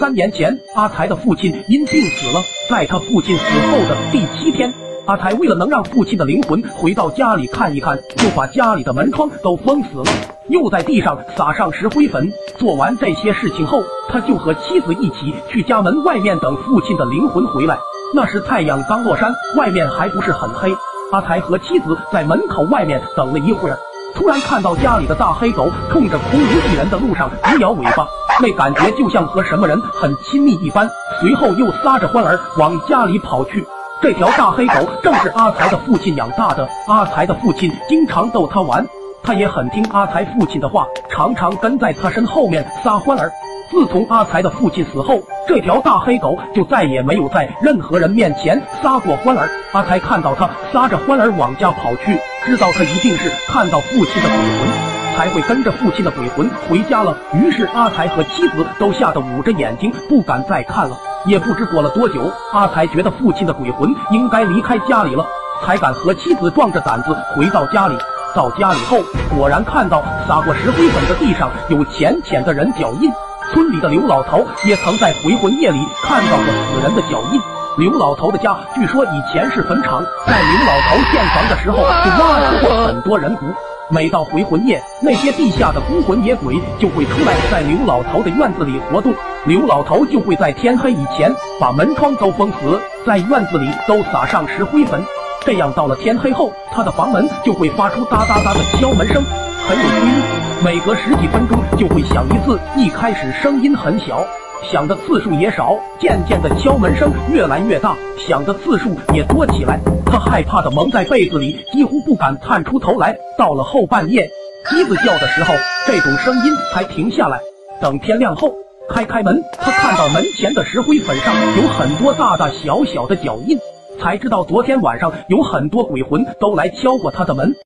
3年前，阿才的父亲因病死了。在他父亲死后的第7天，阿才为了能让父亲的灵魂回到家里看一看，就把家里的门窗都封死了，又在地上撒上石灰粉。做完这些事情后，他就和妻子一起去家门外面等父亲的灵魂回来。那时太阳刚落山，外面还不是很黑。阿才和妻子在门口外面等了一会儿，突然看到家里的大黑狗冲着空无一人的路上直摇尾巴，那感觉就像和什么人很亲密一般。随后又撒着欢儿往家里跑去。这条大黑狗正是阿才的父亲养大的，阿才的父亲经常逗他玩，他也很听阿才父亲的话，常常跟在他身后面撒欢儿。自从阿才的父亲死后，这条大黑狗就再也没有在任何人面前撒过欢儿。阿才看到他撒着欢儿往家跑去，知道他一定是看到父亲的鬼魂，才会跟着父亲的鬼魂回家了。于是阿才和妻子都吓得捂着眼睛，不敢再看了。也不知过了多久，阿才觉得父亲的鬼魂应该离开家里了，才敢和妻子壮着胆子回到家里。到家里后，果然看到撒过石灰粉的地上有浅浅的人脚印。村里的刘老头也曾在回魂夜里看到过死人的脚印。刘老头的家据说以前是坟场，在刘老头建房的时候就挖出过很多人骨。每到回魂夜，那些地下的孤魂野鬼就会出来，在刘老头的院子里活动。刘老头就会在天黑以前把门窗都封死，在院子里都撒上石灰粉，这样到了天黑后，他的房门就会发出哒哒哒的敲门声，很有规律，每隔10几分钟就会响一次。一开始声音很小，响的次数也少，渐渐的敲门声越来越大，响的次数也多起来。他害怕的蒙在被子里，几乎不敢探出头来。到了后半夜，鸡子叫的时候，这种声音才停下来。等天亮后，开门，他看到门前的石灰粉上有很多大大小小的脚印，才知道昨天晚上有很多鬼魂都来敲过他的门。